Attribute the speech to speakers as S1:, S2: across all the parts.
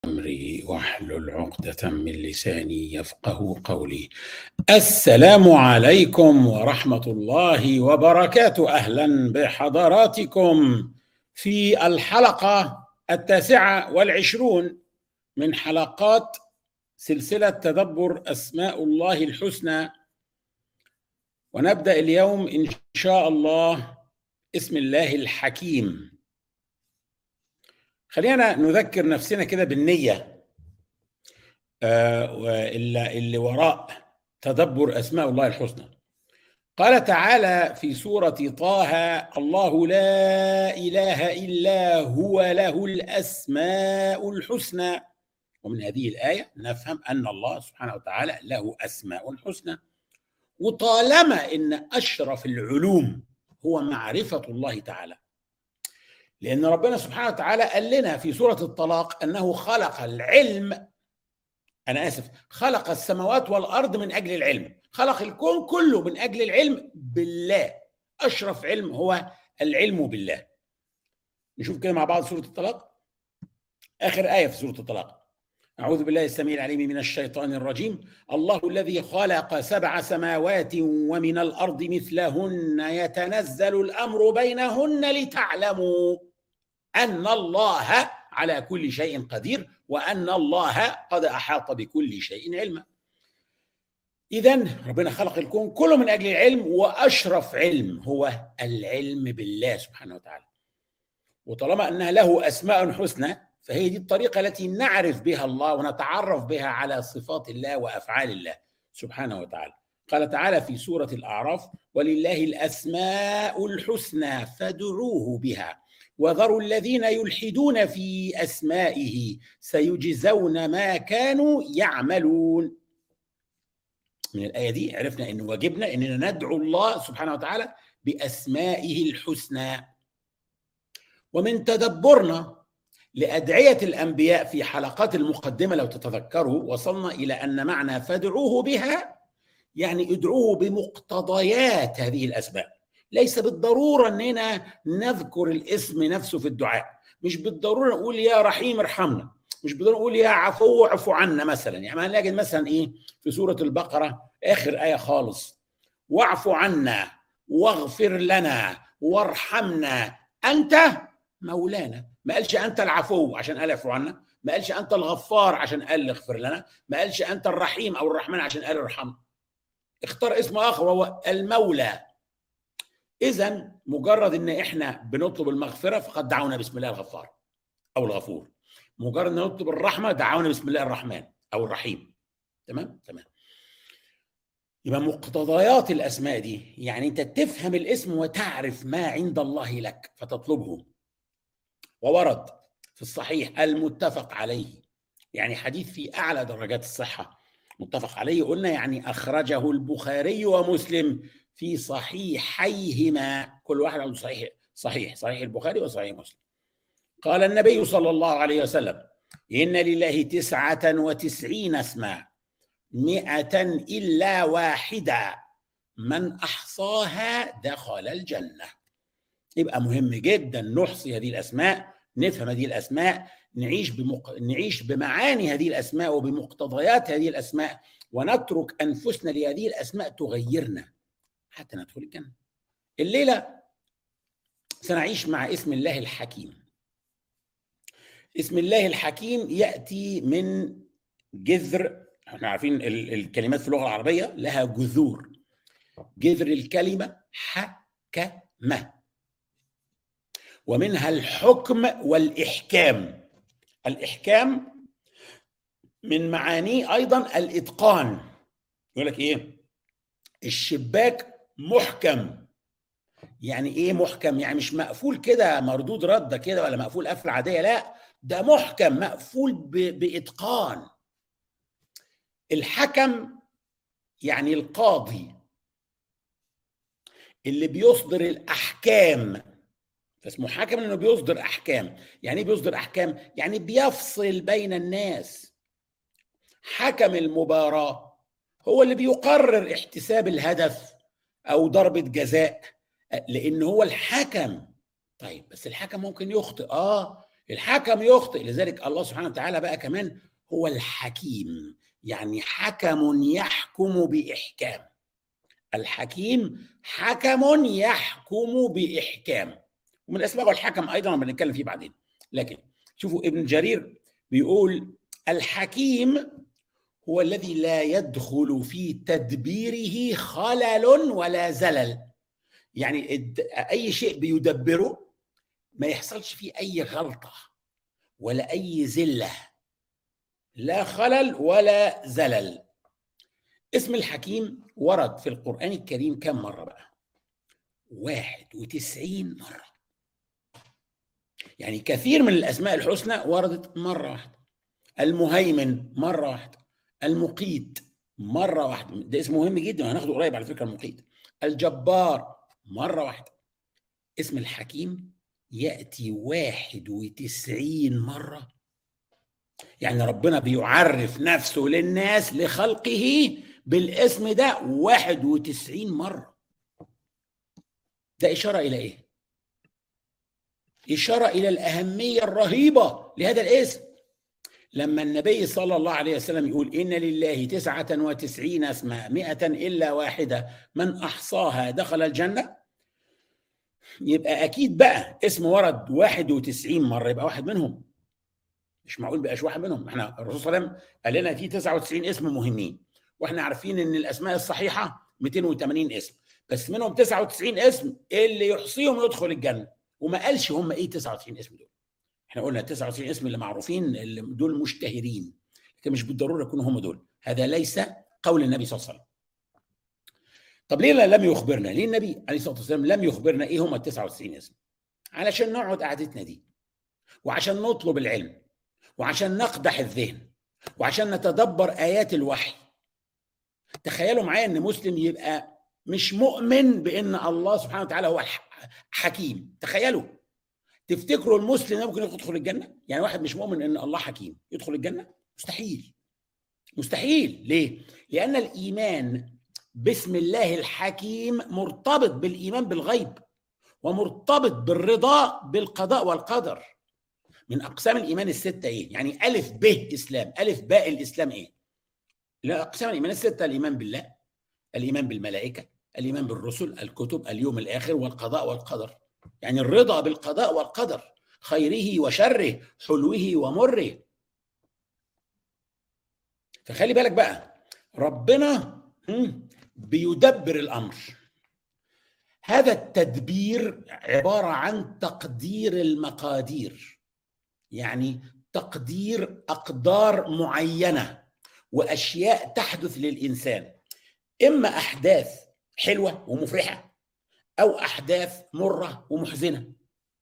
S1: أمري واحلل عقدة من لساني يفقه قولي. السلام عليكم ورحمة الله وبركاته. أهلا بحضراتكم في الحلقة 29 من حلقات سلسلة تدبر أسماء الله الحسنى، ونبدأ اليوم إن شاء الله اسم الله الحكيم. خلينا نذكر نفسنا كده بالنية اللي وراء تدبر أسماء الله الحسنى. قال تعالى في سورة طه: الله لا إله إلا هو له الأسماء الحسنى. ومن هذه الآية نفهم أن الله سبحانه وتعالى له أسماء حسنى. وطالما إن أشرف العلوم هو معرفة الله تعالى، لأن ربنا سبحانه وتعالى قال لنا في سورة الطلاق أنه خلق العلم، خلق السماوات والأرض من أجل العلم، خلق الكون كله من أجل العلم بالله. أشرف علم هو العلم بالله. نشوف كده مع بعض سورة الطلاق، آخر آية في سورة الطلاق: أعوذ بالله السميع العليم من الشيطان الرجيم. الله الذي خلق 7 سماوات ومن الأرض مثلهن يتنزل الأمر بينهن لتعلموا أن الله على كل شيء قدير وأن الله قد أحاط بكل شيء علما. إذن ربنا خلق الكون كله من أجل العلم، وأشرف علم هو العلم بالله سبحانه وتعالى. وطالما أنها له أسماء حسنى، فهي دي الطريقة التي نعرف بها الله ونتعرف بها على صفات الله وأفعال الله سبحانه وتعالى. قال تعالى في سورة الأعراف: ولله الأسماء الحسنى فادعوه بها وذروا الذين يلحدون في أسمائه سيجزون ما كانوا يعملون. من الآية دي عرفنا أن واجبنا أننا ندعو الله سبحانه وتعالى بأسمائه الحسنى. ومن تدبرنا لأدعية الأنبياء في حلقات المقدمة لو تتذكروا، وصلنا إلى أن معنى فادعوه بها يعني ادعوه بمقتضيات هذه الأسماء. ليس بالضرورة أننا نذكر الاسم نفسه في الدعاء، مش بالضرورة نقول يا رحيم ارحمنا، مش بالضرورة نقول يا عفو اعفو عنا مثلا. يعني ما نلاقي مثلا في سورة البقرة آخر آية خالص: واعفو عنا واغفر لنا وارحمنا أنت مولانا. ما قالش أنت العفو عشان قال اعفو عنا، ما قالش أنت الغفار عشان قال اغفر لنا، ما قالش أنت الرحيم أو الرحمن عشان قال ارحمنا. اختار اسم آخر وهو المولى. إذن مجرد إن إحنا بنطلب المغفرة فقد دعونا بسم الله الغفار أو الغفور. مجرد إن نطلب الرحمة دعونا بسم الله الرحمن أو الرحيم. تمام. يبقى مقتضيات الأسماء دي يعني أنت تفهم الاسم وتعرف ما عند الله لك فتطلبه. وورد في الصحيح المتفق عليه، يعني حديث في أعلى درجات الصحة، متفق عليه قلنا يعني أخرجه البخاري ومسلم في صحيحيهما، كل واحد عنده صحيح البخاري وصحيح مسلم. قال النبي صلى الله عليه وسلم: إن لله 99 اسما 100 إلا واحدة من أحصاها دخل الجنة. يبقى مهم جدا نحصي هذه الأسماء، نفهم هذه الأسماء، نعيش بمعاني هذه الأسماء وبمقتضيات هذه الأسماء، ونترك أنفسنا لهذه الأسماء تغيرنا حتى ندخل الجنة. الليلة سنعيش مع اسم الله الحكيم. اسم الله الحكيم يأتي من جذر، احنا عارفين الكلمات في اللغة العربية لها جذور. جذر الكلمة حكمة، ومنها الحكم والإحكام. الإحكام من معانيه أيضا الإتقان. يقول لك الشباك محكم. يعني محكم؟ يعني مش مقفول كده مردود ردة كده ولا مقفول قفلة عادية، لا، ده محكم مقفول بإتقان. الحكم يعني القاضي اللي بيصدر الأحكام، فاسمه حكم لأنه بيصدر أحكام. يعني بيصدر أحكام يعني بيفصل بين الناس. حكم المباراة هو اللي بيقرر احتساب الهدف أو ضربة جزاء، لأن هو الحكم. طيب بس الحكم ممكن يخطئ، الحكم يخطئ، لذلك الله سبحانه وتعالى بقى كمان هو الحكيم، يعني حكم يحكم بإحكام. الحكيم حكم يحكم بإحكام، ومن أسمائه الحكم أيضا بنتكلم فيه بعدين. لكن شوفوا ابن جرير بيقول الحكيم هو الذي لا يدخل في تدبيره خلل ولا زلل، يعني أي شيء بيدبره ما يحصلش فيه أي غلطة ولا أي زلة، لا خلل ولا زلل. اسم الحكيم ورد في القرآن الكريم كم مرة بقى؟ 91 مرة. يعني كثير من الأسماء الحسنى وردت مرة واحدة. المهيمن مرة واحدة، المقيت مرة واحدة، ده اسم مهم جدا هناخده قريب على فكرة. المقيت، الجبار مرة واحدة. اسم الحكيم يأتي 91 مرة. يعني ربنا بيعرف نفسه للناس لخلقه بالاسم ده 91 مرة. ده إشارة إلى إيه؟ إشارة إلى الأهمية الرهيبة لهذا الاسم. لما النبي صلى الله عليه وسلم يقول إن لله 99 اسما 100 إلا واحدة من أحصاها دخل الجنة، يبقى أكيد بقى اسم ورد 91 مرة يبقى واحد منهم. مش معقول بقاش واحد منهم. احنا الرسول صلى الله عليه وسلم قال لنا في 99 اسم مهمين، واحنا عارفين ان الاسماء الصحيحه 280 اسم، بس منهم 99 اسم اللي يحصيهم يدخل الجنه، وما قالش هم ايه 99 اسم دول. احنا قلنا 99 اسم اللي معروفين، اللي دول مشتهرين، لكن مش بالضروره يكونوا هم دول. هذا ليس قول النبي صلى الله عليه وسلم. طب ليه لم يخبرنا؟ ليه النبي عليه الصلاه والسلام لم يخبرنا ايه هم ال 99 اسم؟ علشان نقعد قعدتنا دي، وعشان نطلب العلم، وعشان نقدح الذهن، وعشان نتدبر آيات الوحي. تخيلوا معايا ان مسلم يبقى مش مؤمن بان الله سبحانه وتعالى هو حكيم. تخيلوا، تفتكروا المسلم ده ممكن يدخل الجنة؟ يعني واحد مش مؤمن ان الله حكيم يدخل الجنة؟ مستحيل. مستحيل. ليه؟ لأن الإيمان باسم الله الحكيم مرتبط بالإيمان بالغيب، ومرتبط بالرضا بالقضاء والقدر. من أقسام الإيمان الستة إيه؟ يعني ألف ب إسلام، ألف باء الإسلام إيه؟ أقسام الإيمان الستة: الإيمان بالله، الإيمان بالملائكة، الإيمان بالرسل، الكتب، اليوم الآخر، والقضاء والقدر. يعني الرضا بالقضاء والقدر، خيره وشره، حلوه ومره. فخلي بالك بقى، ربنا بيدبر الأمر. هذا التدبير عبارة عن تقدير المقادير، يعني تقدير أقدار معينة وأشياء تحدث للإنسان، إما أحداث حلوة ومفرحة أو أحداث مرة ومحزنة،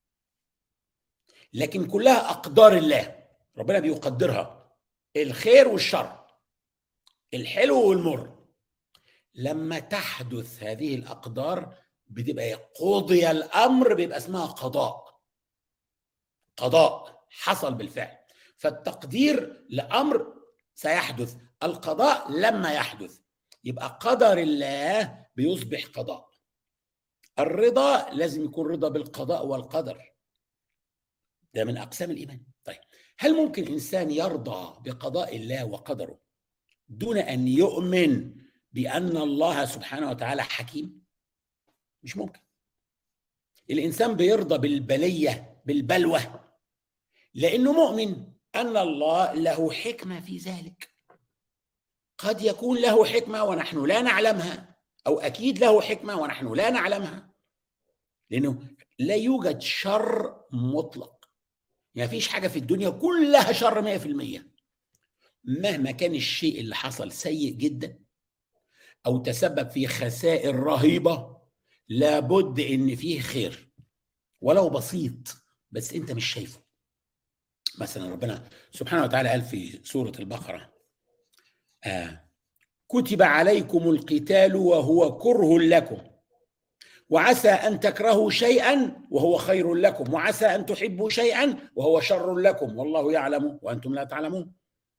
S1: لكن كلها أقدار الله. ربنا بيقدرها، الخير والشر، الحلو والمر. لما تحدث هذه الأقدار بتبقى قضي الأمر، بيبقى اسمها قضاء. قضاء حصل بالفعل. فالتقدير لأمر سيحدث، القضاء لما يحدث، يبقى قدر الله بيصبح قضاء. الرضا لازم يكون رضا بالقضاء والقدر، ده من أقسام الإيمان. طيب، هل ممكن إنسان يرضى بقضاء الله وقدره دون أن يؤمن بأن الله سبحانه وتعالى حكيم؟ مش ممكن. الإنسان بيرضى بالبلية، بالبلوى، لأنه مؤمن أن الله له حكمة في ذلك. قد يكون له حكمة ونحن لا نعلمها، أو أكيد له حكمة ونحن لا نعلمها، لأنه لا يوجد شر مطلق. يعني فيش حاجة في الدنيا كلها شر 100%. مهما كان الشيء اللي حصل سيء جدا أو تسبب في خسائر رهيبة، لابد إن فيه خير ولو بسيط، بس أنت مش شايفه. مثلا ربنا سبحانه وتعالى قال في سورة البقرة: كتب عليكم القتال وهو كره لكم، وعسى أن تكرهوا شيئا وهو خير لكم، وعسى أن تحبوا شيئا وهو شر لكم، والله يعلم وأنتم لا تعلمون.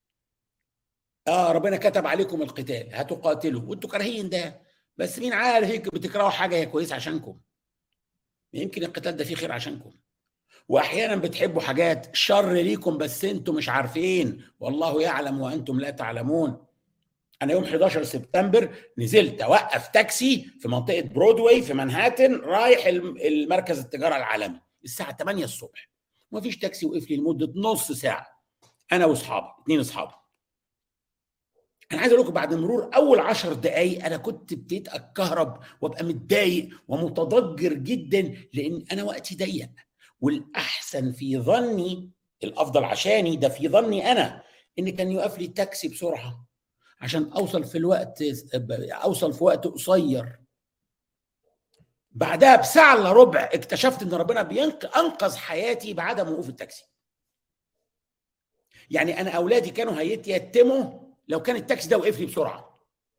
S1: ربنا كتب عليكم القتال، هتقاتلوا وانتوا كارهين ده، بس مين عارف هيك بتكرهوا حاجة هي كويسة عشانكم، يمكن القتال ده فيه خير عشانكم. واحيانا بتحبوا حاجات شر ليكم بس انتم مش عارفين، والله يعلم وانتم لا تعلمون. انا يوم 11 سبتمبر نزلت اوقف تاكسي في منطقه برودواي في منهاتن رايح المركز التجاره العالمي الساعه 8 الصبح، ومفيش تاكسي وقف لي لمده نص ساعه، انا واصحابي 2 اصحابي. انا عايز اقول لكم بعد مرور اول 10 دقائق انا كنت ابتديت اتكهرب وابقى متضايق ومتضجر جدا، لان انا وقتي ضيق. والاحسن في ظني، الافضل عشاني ده في ظني انا، ان كان يقف لي التاكسي بسرعه عشان اوصل في وقت قصير. بعدها بساعه الا ربع اكتشفت ان ربنا انقذ حياتي بعدم وقوف التاكسي. يعني انا اولادي كانوا هيتيتموا لو كان التاكسي ده وقف لي بسرعه.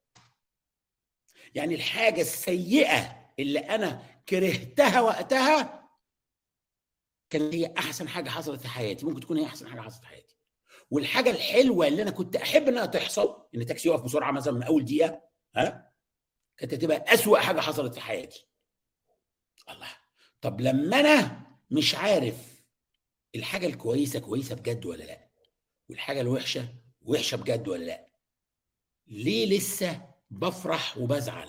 S1: يعني الحاجه السيئه اللي انا كرهتها وقتها كانت هي احسن حاجه حصلت في حياتي، ممكن تكون هي احسن حاجه حصلت في حياتي. والحاجه الحلوه اللي انا كنت احب انها تحصل، ان التاكسي يقف بسرعه مثلا من اول دقيقه، كانت هتبقى اسوأ حاجه حصلت في حياتي. الله، طب لما انا مش عارف الحاجه الكويسه كويسه بجد ولا لا، والحاجه الوحشه وحشه بجد ولا لا، ليه لسه بفرح وبزعل؟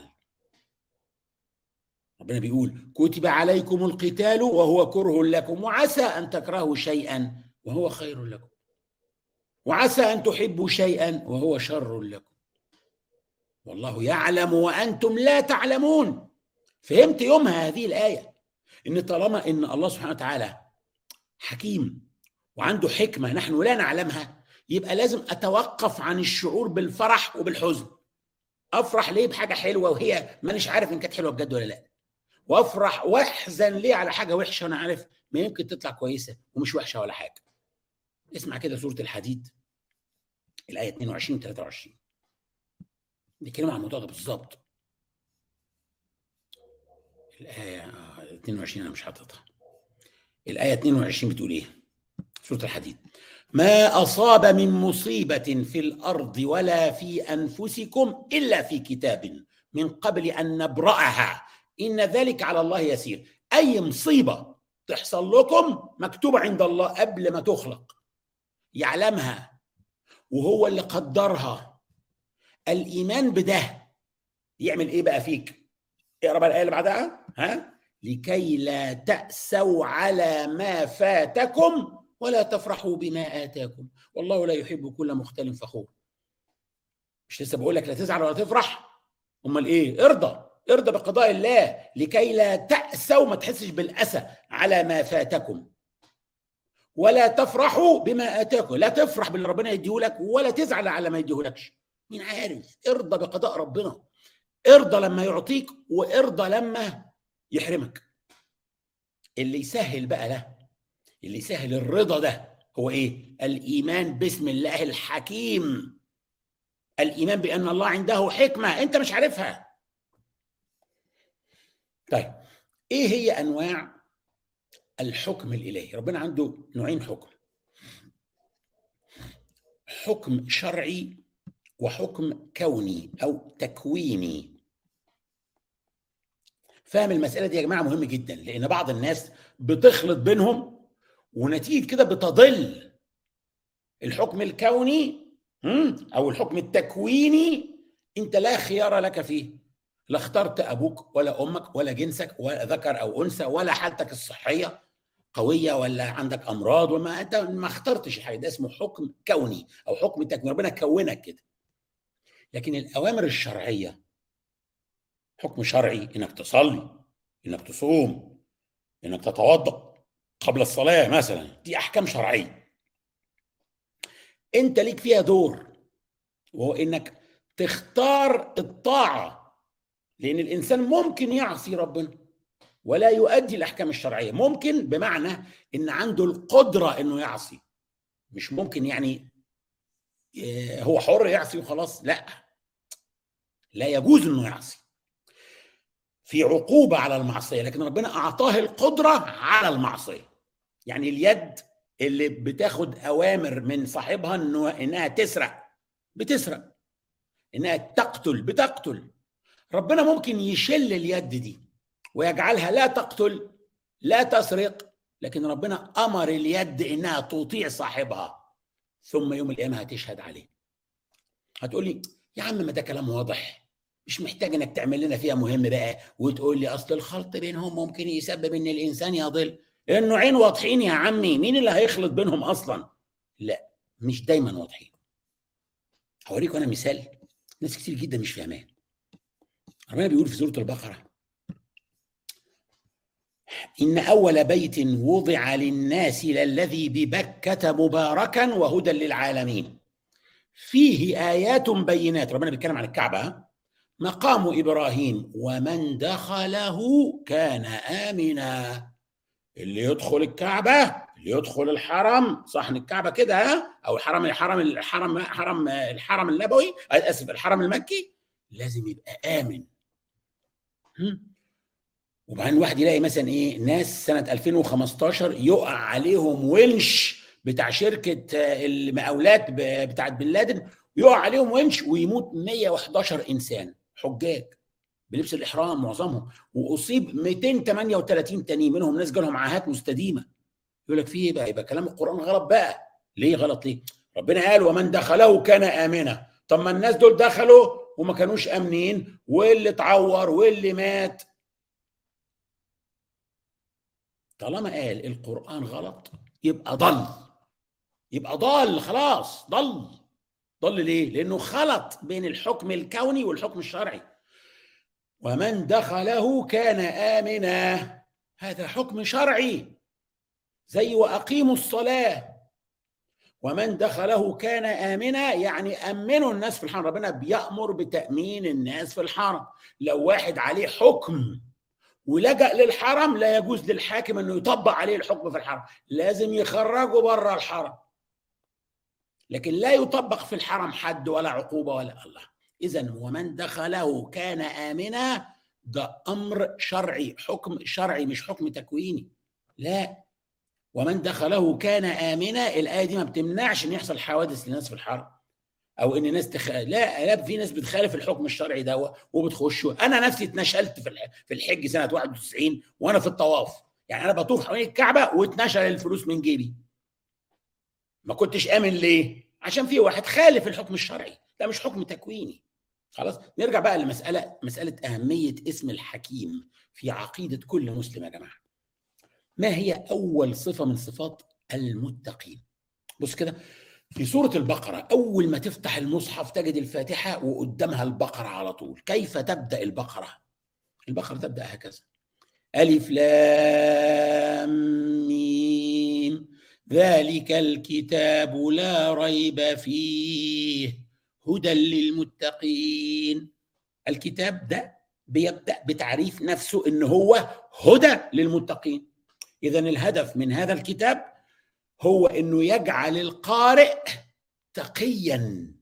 S1: ربنا بيقول كتب عليكم القتال وهو كره لكم، وعسى ان تكرهوا شيئا وهو خير لكم، وعسى ان تحبوا شيئا وهو شر لكم، والله يعلم وانتم لا تعلمون. فهمت يومها هذه الايه، ان طالما ان الله سبحانه وتعالى حكيم وعنده حكمه نحن لا نعلمها، يبقى لازم اتوقف عن الشعور بالفرح وبالحزن. افرح ليه بحاجه حلوه وهي مانيش عارف ان كانت حلوه بجد ولا لا، وافرح واحزن ليه على حاجه وحشه وانا عارف ما يمكن تطلع كويسه ومش وحشه ولا حاجه. اسمع كده سوره الحديد الايه 22 23 بيتكلموا عن الموضوع ده بالظبط. الايه 22 انا مش حاططها. الايه 22 بتقول ايه؟ سوره الحديد: ما أصاب من مصيبة في الأرض ولا في أنفسكم إلا في كتاب من قبل أن نبرأها إن ذلك على الله يسير. أي مصيبة تحصل لكم مكتوبة عند الله قبل ما تخلق، يعلمها وهو اللي قدرها. الإيمان بده يعمل إيه بقى فيك؟ اقرأ بقى الآية اللي بعدها، لكي لا تأسوا على ما فاتكم ولا تفرحوا بما آتاكم والله لا يحب كل مختال فخور. مش لسه بقول لك لا تزعل ولا تفرح؟ امال ايه؟ ارضى بقضاء الله، لكي لا تأسوا، ما تحسش بالأسى على ما فاتكم، ولا تفرحوا بما آتاكم، لا تفرح باللي ربنا يديهولك ولا تزعل على ما يديهولكش. مين عارف؟ ارضى بقضاء ربنا، ارضى لما يعطيك وارضى لما يحرمك. اللي يسهل بقى ده، اللي يسهل الرضا ده هو ايه؟ الايمان باسم الله الحكيم، الايمان بان الله عنده حكمه انت مش عارفها. طيب ايه هي انواع الحكم الالهي؟ ربنا عنده نوعين حكم: حكم شرعي وحكم كوني او تكويني. فاهم المساله دي يا جماعه؟ مهم جدا، لان بعض الناس بتخلط بينهم ونتيجه كده بتضل. الحكم الكوني او الحكم التكويني انت لا خيار لك فيه، لا اخترت ابوك ولا امك ولا جنسك ولا ذكر او انثى ولا حالتك الصحيه قويه ولا عندك امراض، وما انت ما اخترتش حاجه. ده اسمه حكم كوني او حكم تكويني، ربنا كونك كده. لكن الاوامر الشرعيه حكم شرعي، انك تصلي، انك تصوم، انك تتوضا قبل الصلاه مثلا، دي احكام شرعيه انت ليك فيها دور، وهو انك تختار الطاعه. لان الانسان ممكن يعصي ربنا ولا يؤدي الاحكام الشرعيه، ممكن بمعنى ان عنده القدره انه يعصي، مش ممكن يعني هو حر يعصي وخلاص، لا يجوز انه يعصي، في عقوبه على المعصيه، لكن ربنا اعطاه القدره على المعصيه. يعني اليد اللي بتاخد اوامر من صاحبها انها تسرق بتسرق، انها تقتل بتقتل، ربنا ممكن يشل اليد دي ويجعلها لا تقتل لا تسرق لكن ربنا أمر اليد إنها تطيع صاحبها، ثم يوم القيامة هتشهد عليه. هتقول لي يا عم ما ده كلام واضح، مش محتاج انك تعمل لنا فيها مهم بقى وتقول لي اصل الخلط بينهم ممكن يسبب ان الانسان يضل. النوعين واضحين يا عمي، مين اللي هيخلط بينهم اصلا؟ لا، مش دايما واضحين. هوريكم انا مثال ناس كتير جدا مش فاهماه. ربنا بيقول في سورة البقرة: إن أول بيت وضع للناس للذي ببكة مباركا وهدى للعالمين فيه آيات بينات. ربنا بيتكلم عن الكعبة: مقام إبراهيم ومن دخله كان آمنا. اللي يدخل الكعبة، اللي يدخل الحرم، صحن الكعبة كده، أو الحرم النبوي، آسف الحرم المكي، لازم يبقى آمن. وبعدين الواحد يلاقي مثلا ايه ناس سنة 2015 يقع عليهم ونش بتاع شركة المقاولات بتاعت بن لادن، يقع عليهم ونش ويموت 111 إنسان حجاج بلبس الإحرام معظمهم، وأصيب 238 تاني، منهم ناس جالهم عاهات مستديمة. يقول لك فيه بقى يبقى كلام القرآن غلط بقى. ليه غلط؟ ليه؟ ربنا قال ومن دخله كان آمنا. طب ما الناس دول دخلوا وما كانوش آمنين، واللي اتعور واللي مات. طالما قال القرآن غلط يبقى ضل، يبقى ضال خلاص. ضل ليه؟ لأنه خلط بين الحكم الكوني والحكم الشرعي. ومن دخله كان آمنا، هذا حكم شرعي زي وأقيموا الصلاة. ومن دخله كان آمنا يعني أمنوا الناس في الحرم. ربنا بيأمر بتأمين الناس في الحرم. لو واحد عليه حكم ولجأ للحرم لا يجوز للحاكم انه يطبق عليه الحكم في الحرم، لازم يخرجه بره الحرم. لكن لا يطبق في الحرم حد ولا عقوبة ولا الله. إذن ومن دخله كان آمنا، ده أمر شرعي، حكم شرعي مش حكم تكويني. لا، ومن دخله كان آمنا، الآية دي ما بتمنعش ان يحصل حوادث للناس في الحرم، او ان ناس لا في ناس بتخالف الحكم الشرعي ده وبتخش. انا نفسي اتنشلت في الحج سنه 91 وانا في الطواف، يعني انا بطوف حوالين الكعبه واتنشل الفلوس من جيبي. ما كنتش امن ليه؟ عشان في واحد خالف الحكم الشرعي، ده مش حكم تكويني. خلاص نرجع بقى مساله اهميه اسم الحكيم في عقيده كل مسلم. يا جماعه، ما هي اول صفه من صفات المتقين؟ بص كده في سورة البقرة، أول ما تفتح المصحف تجد الفاتحة وقدامها البقرة على طول. كيف تبدأ البقرة؟ البقرة تبدأ هكذا: ألف لام ميم ذلك الكتاب لا ريب فيه هدى للمتقين. الكتاب ده بيبدأ بتعريف نفسه إن هو هدى للمتقين. إذن الهدف من هذا الكتاب هو انه يجعل القارئ تقيا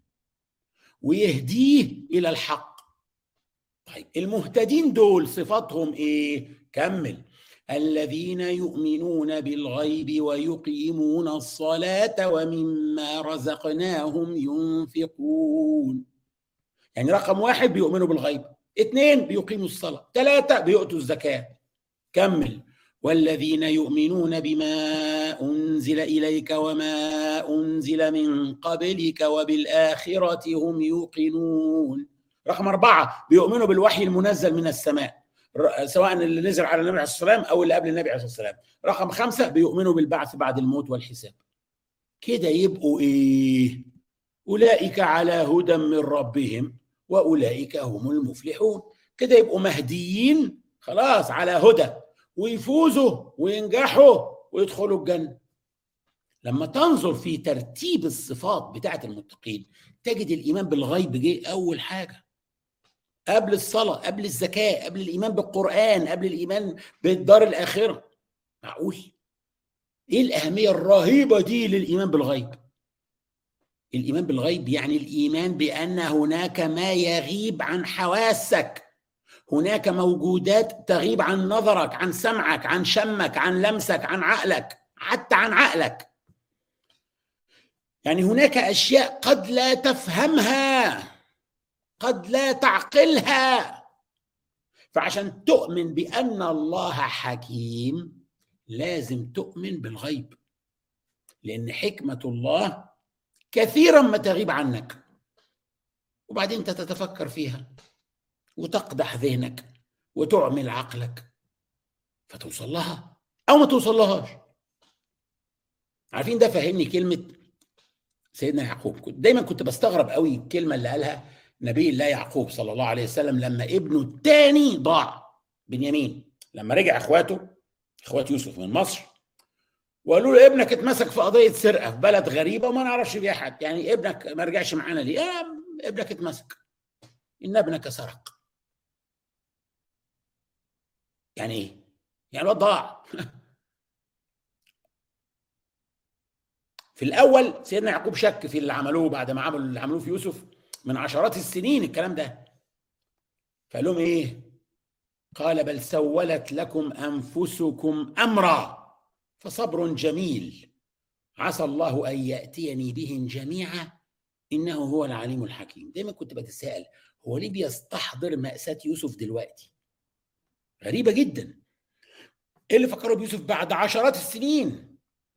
S1: ويهديه الى الحق. طيب المهتدين دول صفاتهم ايه؟ كمل: الذين يؤمنون بالغيب ويقيمون الصلاة ومما رزقناهم ينفقون. يعني رقم 1 بيؤمنوا بالغيب، 2 بيقيموا الصلاة، 3 بيؤتوا الزكاة. كمل: والذين يؤمنون بما أنزل إليك وما أنزل من قبلك وبالآخرة هم يوقنون. رقم 4 بيؤمنوا بالوحي المنزل من السماء، سواء اللي نزل على النبي عليه الصلاة والسلام أو اللي قبل النبي عليه الصلاة والسلام. رقم 5 بيؤمنوا بالبعث بعد الموت والحساب. كده يبقوا إيه؟ أولئك على هدى من ربهم وأولئك هم المفلحون. كده يبقوا مهديين خلاص على هدى، ويفوزوا وينجحوا ويدخلوا الجنة. لما تنظر في ترتيب الصفات بتاعت المتقين تجد الإيمان بالغيب جه أول حاجة، قبل الصلاة، قبل الزكاة، قبل الإيمان بالقرآن، قبل الإيمان بالدار الآخرة. معقول؟ إيه الأهمية الرهيبة دي للإيمان بالغيب؟ الإيمان بالغيب يعني الإيمان بأن هناك ما يغيب عن حواسك، هناك موجودات تغيب عن نظرك، عن سمعك، عن شمك، عن لمسك، عن عقلك، حتى عن عقلك. يعني هناك أشياء قد لا تفهمها، قد لا تعقلها. فعشان تؤمن بأن الله حكيم لازم تؤمن بالغيب، لأن حكمة الله كثيرا ما تغيب عنك، وبعدين أنت تتفكر فيها وتقدح ذهنك وتعمل عقلك فتوصل لها أو ما توصل لهاش. عارفين ده فهمني كلمة سيدنا يعقوب. دايما كنت بستغرب قوي الكلمة اللي قالها نبي الله يعقوب صلى الله عليه وسلم لما ابنه الثاني ضاع، بنيامين، لما رجع اخوات يوسف من مصر وقالوا له ابنك اتمسك في قضية سرقة في بلد غريبة وما نعرفش بيها حد، يعني ابنك ما رجعش معانا ليه؟ ابنك اتمسك، إن ابنك سرق. يعني ايه؟ يعني الواد ضاع. في الاول سيدنا يعقوب شك في اللي عملوه بعد ما عملوا اللي عملوه في يوسف من عشرات السنين الكلام ده، فقال لهم ايه؟ قال بل سولت لكم انفسكم امرا فصبر جميل عسى الله ان ياتيني بهم جميعا انه هو العليم الحكيم. دايما كنت بتساءل هو ليه بيستحضر مأساة يوسف دلوقتي؟ غريبة جدا. ايه اللي فكروا بيوسف بعد عشرات السنين؟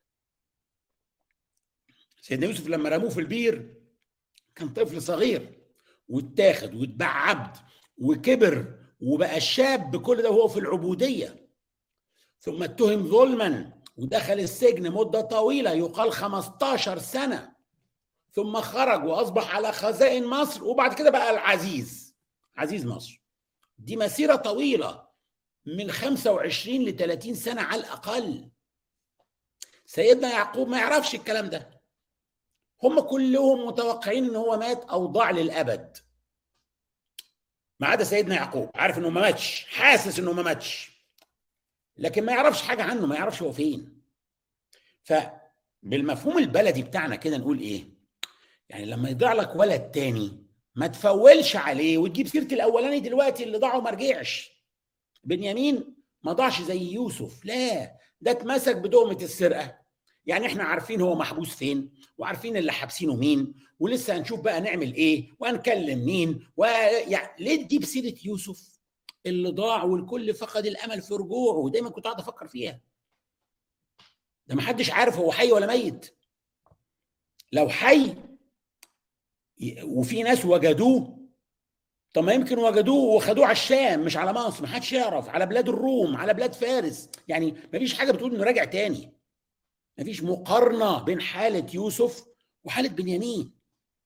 S1: سيدنا يوسف لما رموه في البير كان طفل صغير، واتاخد واتباع عبد وكبر وبقى شاب بكل ده وهو في العبودية، ثم اتهم ظلما ودخل السجن مدة طويلة يقال 15 سنة، ثم خرج وأصبح على خزائن مصر، وبعد كده بقى عزيز مصر. دي مسيرة طويلة من 25 ل 30 سنة على الأقل. سيدنا يعقوب ما يعرفش الكلام ده، هم كلهم متوقعين ان هو مات او ضاع للابد، ما عدا سيدنا يعقوب عارف انه ما ماتش، حاسس انه ما ماتش، لكن ما يعرفش حاجه عنه، ما يعرفش هو فين. فبالمفهوم البلدي بتاعنا كده نقول ايه؟ يعني لما يضيع لك ولد تاني ما تفولش عليه وتجيب سيره الاولاني دلوقتي اللي ضاع وما رجعش. بنيامين ما ضاعش زي يوسف، لا، ده اتمسك بتهمه السرقه، يعني احنا عارفين هو محبوس فين وعارفين اللي حابسينه مين، ولسه هنشوف بقى نعمل ايه وهنكلم مين، ويعني ليه تجيب سيره يوسف اللي ضاع والكل فقد الامل في رجوعه؟ ودايما كنت قاعد افكر فيها، ده ما حدش عارف هو حي ولا ميت. لو حي وفي ناس وجدوه، طب ما يمكن وجدوه وخدوه على الشام مش على مصر، ما حدش يعرف، على بلاد الروم، على بلاد فارس، يعني ما فيش حاجه بتقول انه راجع تاني. ما فيش مقارنه بين حاله يوسف وحاله بنيامين.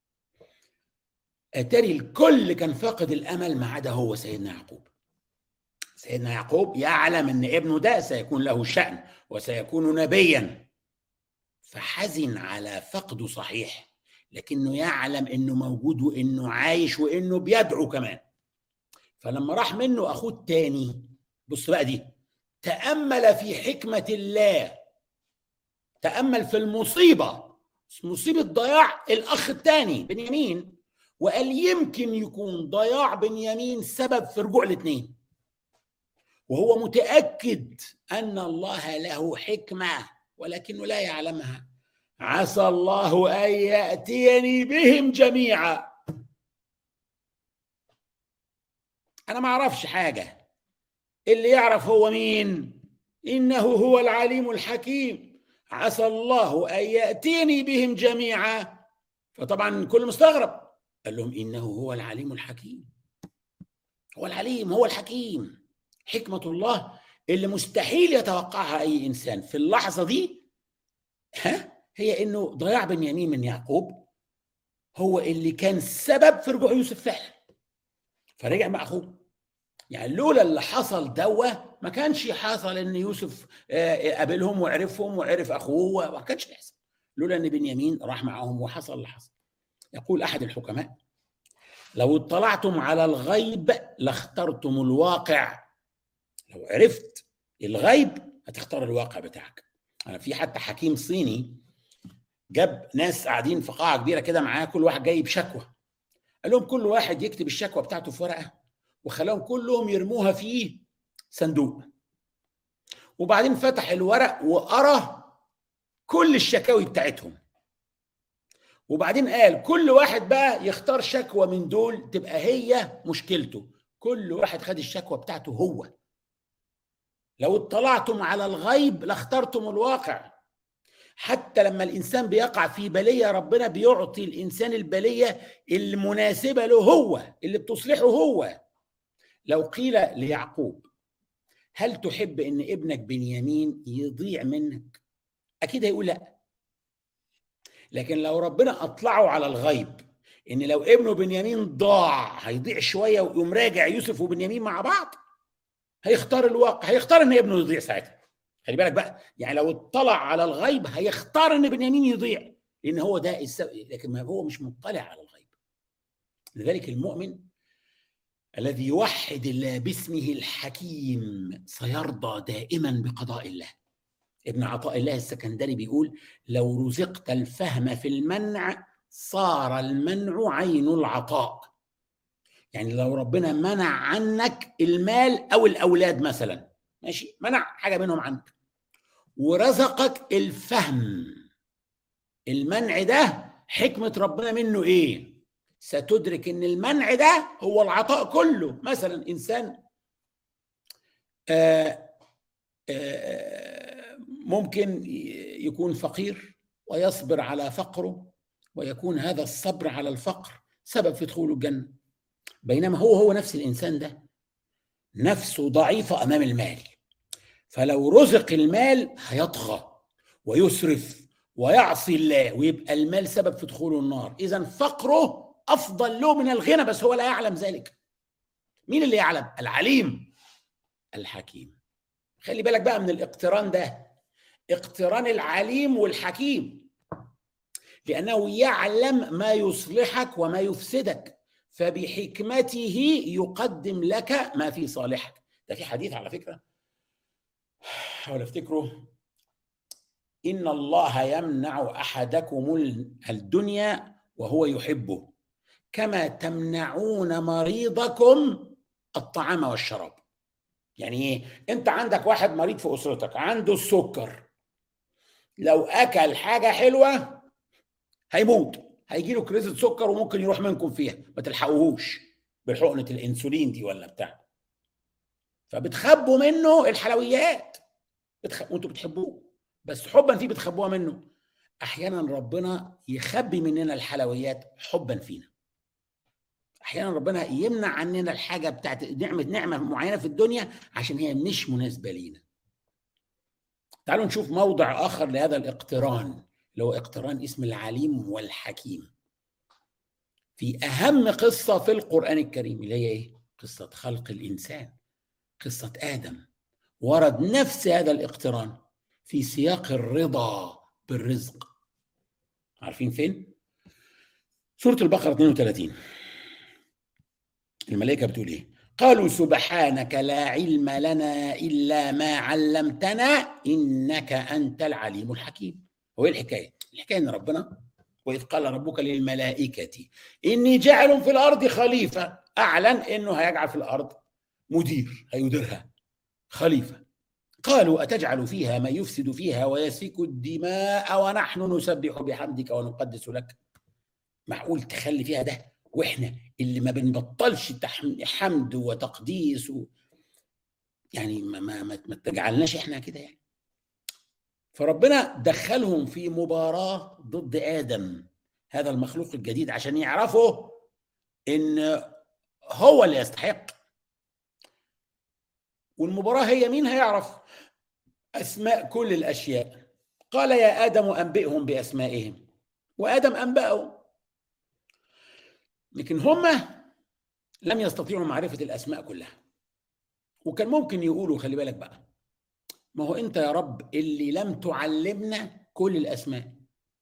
S1: اتاري الكل كان فاقد الامل ما عدا هو سيدنا يعقوب. سيدنا يعقوب يعلم ان ابنه ده سيكون له شأن وسيكون نبيا، فحزن على فقده صحيح، لكنه يعلم انه موجود وانه عايش وانه بيدعو كمان. فلما راح منه اخوه التاني، بص بقى دي، تأمل في حكمة الله، تأمل في المصيبة، مصيبة ضياع الاخ التاني بنيامين، وقال يمكن يكون ضياع بنيامين سبب في رجوع الاثنين، وهو متأكد أن الله له حكمة ولكنه لا يعلمها. عسى الله أن يأتيني بهم جميعا. أنا ما أعرفش حاجة، اللي يعرف هو مين؟ إنه هو العليم الحكيم. عسى الله أن يأتيني بهم جميعا. فطبعا الكل مستغرب، قال لهم إنه هو العليم الحكيم. هو العليم، هو الحكيم. حكمة الله اللي مستحيل يتوقعها أي إنسان في اللحظة دي هي إنه ضياع بنيامين من يعقوب هو اللي كان سبب في رجوع يوسف فعلا، فرجع مع أخوه. يعني لولا اللي حصل دوه ما كانش حصل إن يوسف قابلهم وعرفهم وعرف أخوه، ما كانش يحصل لولا إن بنيامين راح معهم وحصل اللي حصل. يقول أحد الحكماء: لو اطلعتم على الغيب لاخترتم الواقع. لو عرفت الغيب هتختار الواقع بتاعك. أنا في حتى حكيم صيني جاب ناس قاعدين في قاعة كبيرة كده معاه، كل واحد جايب شكوى، قال لهم كل واحد يكتب الشكوى بتاعته في ورقة وخلاهم كلهم يرموها في صندوق، وبعدين فتح الورق وقرأ كل الشكاوي بتاعتهم، وبعدين قال كل واحد بقى يختار شكوى من دول تبقى هي مشكلته. كل واحد خد الشكوى بتاعته هو، لو اطلعتم على الغيب لاخترتم الواقع. حتى لما الإنسان بيقع في بلية ربنا بيعطي الإنسان البلية المناسبة له هو، اللي بتصلحه هو. لو قيل ليعقوب هل تحب ان ابنك بنيامين يضيع منك؟ اكيد هيقول لا. لكن لو ربنا اطلعه على الغيب ان لو ابنه بنيامين ضاع هيضيع شويه ويقوم راجع يوسف وبنيامين مع بعض، هيختار الواقع، هيختار ان ابنه يضيع ساعتها. خلي بالك بقى، يعني لو اطلع على الغيب هيختار ان بنيامين يضيع، لان هو ده لكن ما هو مش مطلع على الغيب. لذلك المؤمن الذي يوحد الله باسمه الحكيم سيرضى دائما بقضاء الله. ابن عطاء الله السكندري بيقول لو رزقت الفهم في المنع صار المنع عين العطاء. يعني لو ربنا منع عنك المال او الاولاد مثلا، ماشي، منع حاجه منهم عنك ورزقك الفهم، المنع ده حكمه ربنا منه ايه؟ ستدرك ان المنع ده هو العطاء كله. مثلا انسان ممكن يكون فقير ويصبر على فقره، ويكون هذا الصبر على الفقر سبب في دخوله الجنة، بينما هو نفس الإنسان ده نفسه ضعيفة أمام المال، فلو رزق المال هيطغى ويسرف ويعصي الله ويبقى المال سبب في دخوله النار. إذن فقره أفضل له من الغنى، بس هو لا يعلم ذلك. مين اللي يعلم؟ العليم الحكيم. خلي بالك بقى من الاقتران ده، اقتران العليم والحكيم، لأنه يعلم ما يصلحك وما يفسدك، فبحكمته يقدم لك ما في صالحك. ده في حديث على فكرة حاول افتكره، إن الله يمنع أحدكم الدنيا وهو يحبه كما تمنعون مريضكم الطعام والشراب. يعني ايه؟ انت عندك واحد مريض في اسرتك عنده السكر، لو اكل حاجه حلوه هيموت، هيجي له كريزه سكر وممكن يروح منكم فيها، ما تلحقوهوش بحقنه الانسولين دي ولا بتاع، فبتخبوا منه الحلويات وانتوا بتحبوه، بس حبا فيه بتخبوها منه. احيانا ربنا يخبي مننا الحلويات حبا فينا، احيانا ربنا يمنع عننا الحاجه بتاعت نعمه معينه في الدنيا عشان هي مش مناسبه لينا. تعالوا نشوف موضع اخر لهذا الاقتران، اللي هو اقتران اسم العليم والحكيم في اهم قصه في القران الكريم، اللي هي ايه؟ قصه خلق الانسان، قصه ادم. ورد نفس هذا الاقتران في سياق الرضا بالرزق. عارفين فين؟ سوره البقره 32. الملائكه بتقول ايه؟ قالوا سبحانك لا علم لنا الا ما علمتنا انك انت العليم الحكيم. هو ايه الحكايه؟ الحكايه ان ربنا واذ قال ربك للملائكه اني جاعل في الارض خليفه، اعلن انه هيجعل في الارض مدير هيديرها خليفه. قالوا اتجعل فيها من يفسد فيها ويسفك الدماء ونحن نسبح بحمدك ونقدس لك؟ معقول تخلي فيها ده واحنا اللي ما بنبطلش حمد وتقديس يعني ما تجعلناش احنا كده يعني. فربنا دخلهم في مباراة ضد آدم هذا المخلوق الجديد عشان يعرفوا ان هو اللي يستحق. والمباراة هي مين هيعرف اسماء كل الاشياء. قال يا آدم انبئهم باسمائهم، وآدم انبأهم، لكن هم لم يستطيعوا معرفة الاسماء كلها. وكان ممكن يقولوا خلي بالك بقى، ما هو انت يا رب اللي لم تعلمنا كل الاسماء،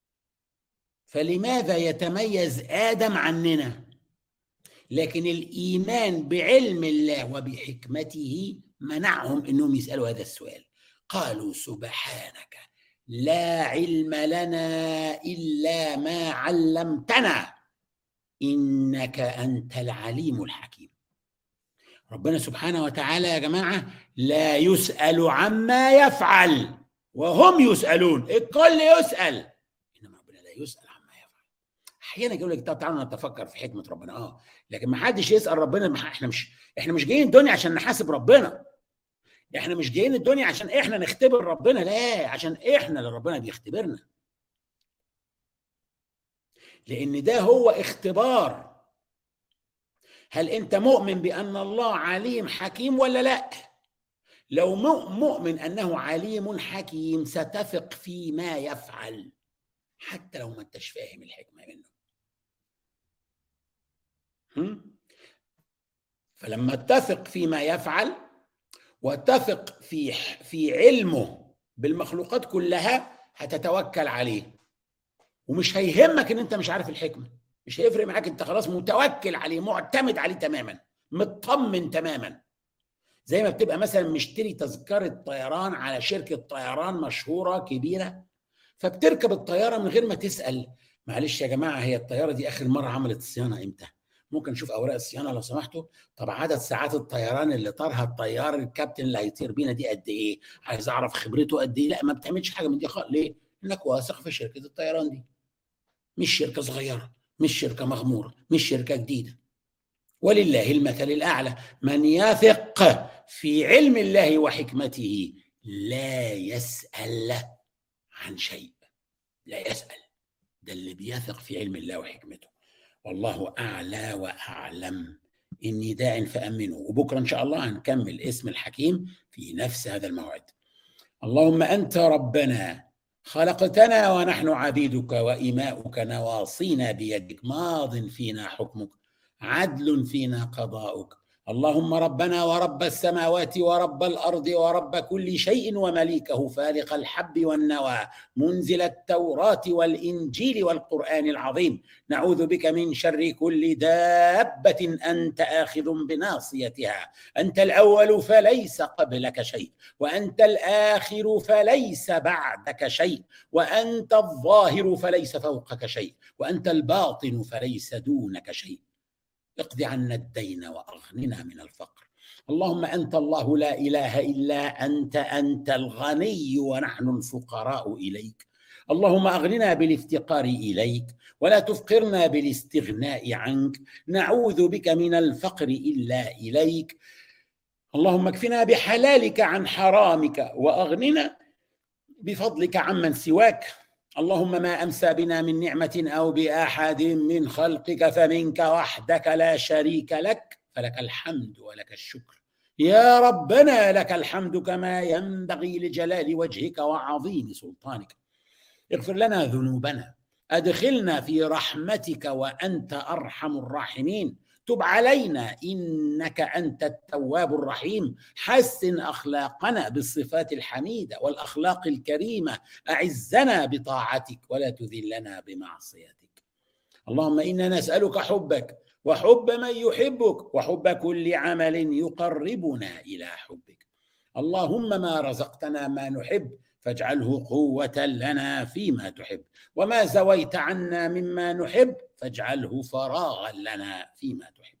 S1: فلماذا يتميز آدم عننا؟ لكن الإيمان بعلم الله وبحكمته منعهم انهم يسألوا هذا السؤال. قالوا سبحانك لا علم لنا إلا ما علمتنا إنك أنت العليم الحكيم. ربنا سبحانه وتعالى يا جماعة لا يسأل عما يفعل وهم يسألون، الكل يسأل، إنما ربنا لا يسأل عما يفعل. أحيانا يقول لك طب تعالوا نتفكر في حكمة ربنا، لكن ما حدش يسأل ربنا. احنا مش جايين الدنيا عشان نحاسب ربنا، احنا مش جايين الدنيا عشان احنا نختبر ربنا، لا، عشان احنا اللي ربنا بيختبرنا، لان ده هو اختبار. هل انت مؤمن بان الله عليم حكيم ولا لا؟ لو مؤمن انه عليم حكيم ستثق فيما يفعل حتى لو ما انتش فاهم الحكمه منه. فلما تثق فيما يفعل وتثق في علمه بالمخلوقات كلها هتتوكل عليه، ومش هيهمك ان انت مش عارف الحكمه، مش هيفرق معاك، انت خلاص متوكل عليه، معتمد عليه تماما، مطمن تماما. زي ما بتبقى مثلا مشتري تذكره طيران على شركه طيران مشهوره كبيره، فبتركب الطياره من غير ما تسال معلش يا جماعه هي الطياره دي اخر مره عملت صيانه امتى؟ ممكن نشوف اوراق الصيانه لو سمحتوا؟ طب عدد ساعات الطيران اللي طارها الطيار الكابتن اللي هيطير بينا دي قد ايه؟ عايز اعرف خبرته قد ايه. لا، ما بتعملش حاجه من دي خالص. ليه؟ انك واثق في شركه الطيران دي، مش شركه صغيره، مش شركه مغموره، مش شركه جديده. ولله المثل الاعلى. من يثق في علم الله وحكمته لا يسأل عن شيء، لا يسأل، ده اللي بيثق في علم الله وحكمته. والله أعلى وأعلم. إني داع فأمنوا. وبكرة إن شاء الله هنكمل اسم الحكيم في نفس هذا الموعد. اللهم أنت ربنا خلقتنا ونحن عبيدك وإماؤك، نواصينا بيدك، ماض فينا حكمك، عدل فينا قضاؤك. اللهم ربنا ورب السماوات ورب الأرض ورب كل شيء ومليكه، فالق الحب والنوى، منزل التوراة والإنجيل والقرآن العظيم، نعوذ بك من شر كل دابة أنت آخذ بناصيتها. أنت الأول فليس قبلك شيء، وأنت الآخر فليس بعدك شيء، وأنت الظاهر فليس فوقك شيء، وأنت الباطن فليس دونك شيء. اقض عنا الدين وأغننا من الفقر. اللهم أنت الله لا إله إلا أنت، أنت الغني ونحن الفقراء إليك. اللهم أغننا بالافتقار إليك ولا تفقرنا بالاستغناء عنك. نعوذ بك من الفقر إلا إليك. اللهم اكفنا بحلالك عن حرامك وأغننا بفضلك عمن سواك. اللهم ما أمسى بنا من نعمة أو بأحد من خلقك فمنك وحدك لا شريك لك، فلك الحمد ولك الشكر يا ربنا. لك الحمد كما ينبغي لجلال وجهك وعظيم سلطانك. اغفر لنا ذنوبنا، أدخلنا في رحمتك وأنت أرحم الراحمين. تب علينا إنك أنت التواب الرحيم. حسن أخلاقنا بالصفات الحميدة والأخلاق الكريمة. أعزنا بطاعتك ولا تذلنا بمعصيتك. اللهم إنا نسألك حبك وحب من يحبك وحب كل عمل يقربنا إلى حبك. اللهم ما رزقتنا ما نحب فاجعله قوة لنا فيما تحب، وما زويت عنا مما نحب فاجعله فراغا لنا فيما تحب.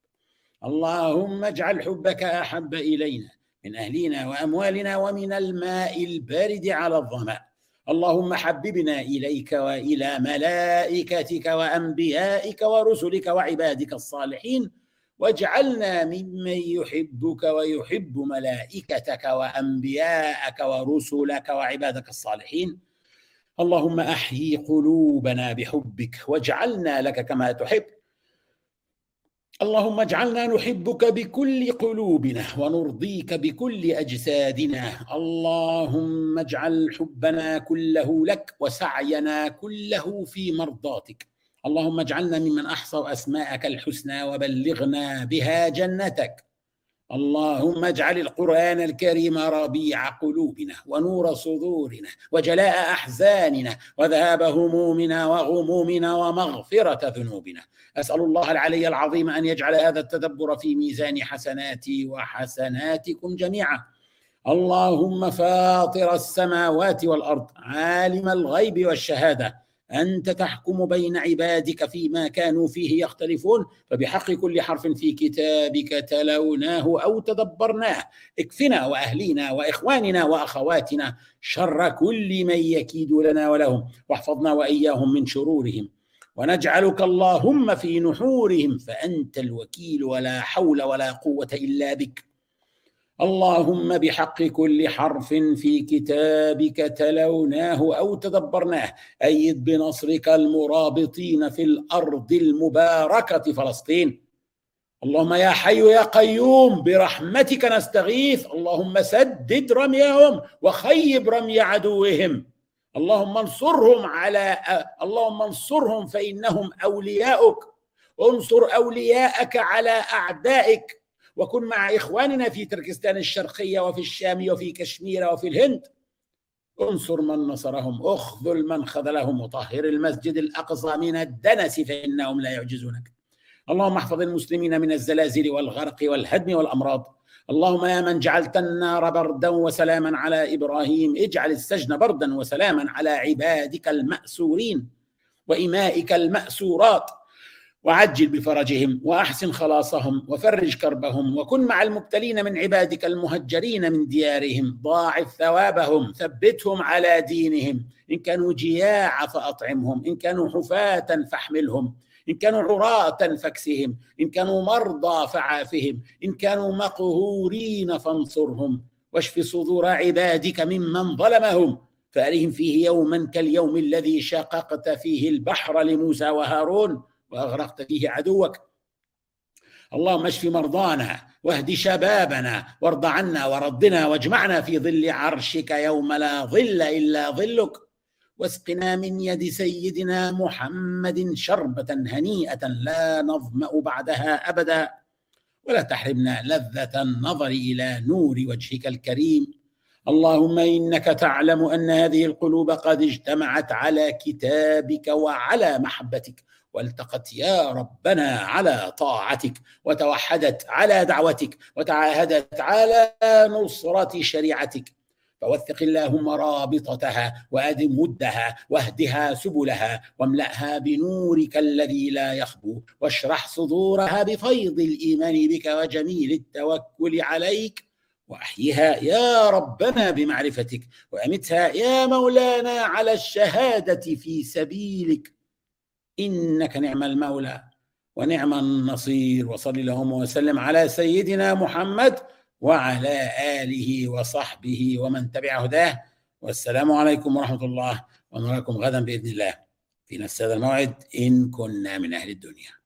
S1: اللهم اجعل حبك أحب إلينا من أهلنا وأموالنا ومن الماء البارد على الظمأ. اللهم حببنا إليك وإلى ملائكتك وأنبيائك ورسلك وعبادك الصالحين، واجعلنا ممن يحبك ويحب ملائكتك وأنبياءك ورسلك وعبادك الصالحين. اللهم أحيي قلوبنا بحبك واجعلنا لك كما تحب. اللهم اجعلنا نحبك بكل قلوبنا ونرضيك بكل أجسادنا. اللهم اجعل حبنا كله لك وسعينا كله في مرضاتك. اللهم اجعلنا ممن أحصوا أسماءك الحسنى وبلغنا بها جنتك. اللهم اجعل القرآن الكريم ربيع قلوبنا ونور صدورنا وجلاء أحزاننا وذهاب همومنا وغمومنا ومغفرة ذنوبنا. أسأل الله العلي العظيم أن يجعل هذا التدبر في ميزان حسناتي وحسناتكم جميعا. اللهم فاطر السماوات والأرض، عالم الغيب والشهادة، أنت تحكم بين عبادك فيما كانوا فيه يختلفون، فبحق كل حرف في كتابك تلوناه أو تدبرناه اكفنا وأهلينا وإخواننا وأخواتنا شر كل من يكيد لنا ولهم، واحفظنا وإياهم من شرورهم، ونجعلك اللهم في نحورهم، فأنت الوكيل ولا حول ولا قوة إلا بك. اللهم بحق كل حرف في كتابك تلوناه أو تدبرناه أيد بنصرك المرابطين في الأرض المباركة فلسطين. اللهم يا حي يا قيوم برحمتك نستغيث، اللهم سدد رميهم وخيب رمي عدوهم. اللهم انصرهم فإنهم أولياؤك، انصر أولياءك على أعدائك، وكن مع إخواننا في تركستان الشرقية وفي الشام وفي كشمير وفي الهند. انصر من نصرهم، اخذل من خذلهم، وطهر المسجد الأقصى من الدنس فإنهم لا يعجزونك. اللهم احفظ المسلمين من الزلازل والغرق والهدم والأمراض. اللهم يا من جعلت النار بردا وسلاما على إبراهيم، اجعل السجن بردا وسلاما على عبادك المأسورين وإمائك المأسورات، وعجل بفرجهم وأحسن خلاصهم وفرج كربهم، وكن مع المبتلين من عبادك المهجرين من ديارهم، ضاعف ثوابهم، ثبتهم على دينهم. إن كانوا جياع فأطعمهم، إن كانوا حفاة فاحملهم، إن كانوا عراة فاكسهم، إن كانوا مرضى فعافهم، إن كانوا مقهورين فانصرهم، واشف صدور عبادك ممن ظلمهم، فأرهم فيه يوما كاليوم الذي شققت فيه البحر لموسى وهارون وأغرقت فيه عدوك. اللهم اشف مرضانا واهد شبابنا وارض عنا وردنا، واجمعنا في ظل عرشك يوم لا ظل إلا ظلك، واسقنا من يد سيدنا محمد شربة هنيئة لا نظمأ بعدها أبدا، ولا تحرمنا لذة النظر إلى نور وجهك الكريم. اللهم إنك تعلم أن هذه القلوب قد اجتمعت على كتابك وعلى محبتك، والتقت يا ربنا على طاعتك، وتوحدت على دعوتك، وتعاهدت على نصرة شريعتك، فوثق اللهم رابطتها وأدم ودها واهدها سبلها، واملأها بنورك الذي لا يخبو، واشرح صدورها بفيض الإيمان بك وجميل التوكل عليك، وأحيها يا ربنا بمعرفتك، وأمتها يا مولانا على الشهادة في سبيلك، إنك نعم المولى ونعم النصير. وصل اللهم وسلم على سيدنا محمد وعلى آله وصحبه ومن تبع هداه، والسلام عليكم ورحمة الله، ونراكم غدا بإذن الله في نفس هذا الموعد إن كنا من أهل الدنيا.